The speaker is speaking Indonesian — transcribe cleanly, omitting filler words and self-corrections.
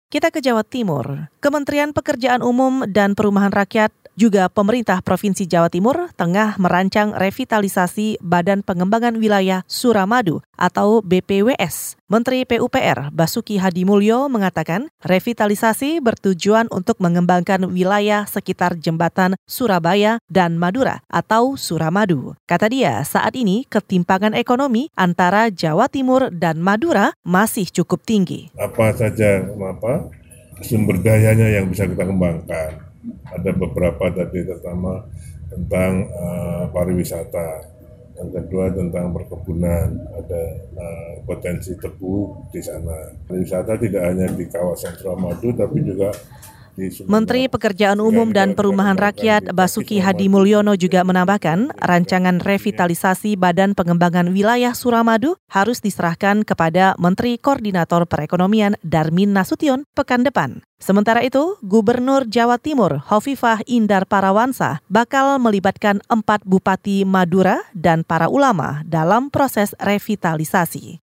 Kita ke Jawa Timur. Kementerian Pekerjaan Umum dan Perumahan Rakyat juga pemerintah Provinsi Jawa Timur tengah merancang revitalisasi Badan Pengembangan Wilayah Suramadu atau BPWS. Menteri PUPR Basuki Hadimulyo mengatakan revitalisasi bertujuan untuk mengembangkan wilayah sekitar jembatan Surabaya dan Madura atau Suramadu. Kata dia, saat ini ketimpangan ekonomi antara Jawa Timur dan Madura masih cukup tinggi. Apa saja sumber dayanya yang bisa kita kembangkan. Ada beberapa tadi, terutama tentang pariwisata, yang kedua tentang perkebunan, ada potensi tebu di sana. Pariwisata tidak hanya di kawasan Suramadu, tapi juga di Sumatera. Menteri Pekerjaan Umum dan Perumahan Rakyat Basuki Hadimulyono juga menambahkan rancangan revitalisasi Badan Pengembangan Wilayah Suramadu harus diserahkan kepada Menteri Koordinator Perekonomian Darmin Nasution pekan depan. Sementara itu, Gubernur Jawa Timur Hovifah Indar Parawansa bakal melibatkan 4 bupati Madura dan para ulama dalam proses revitalisasi.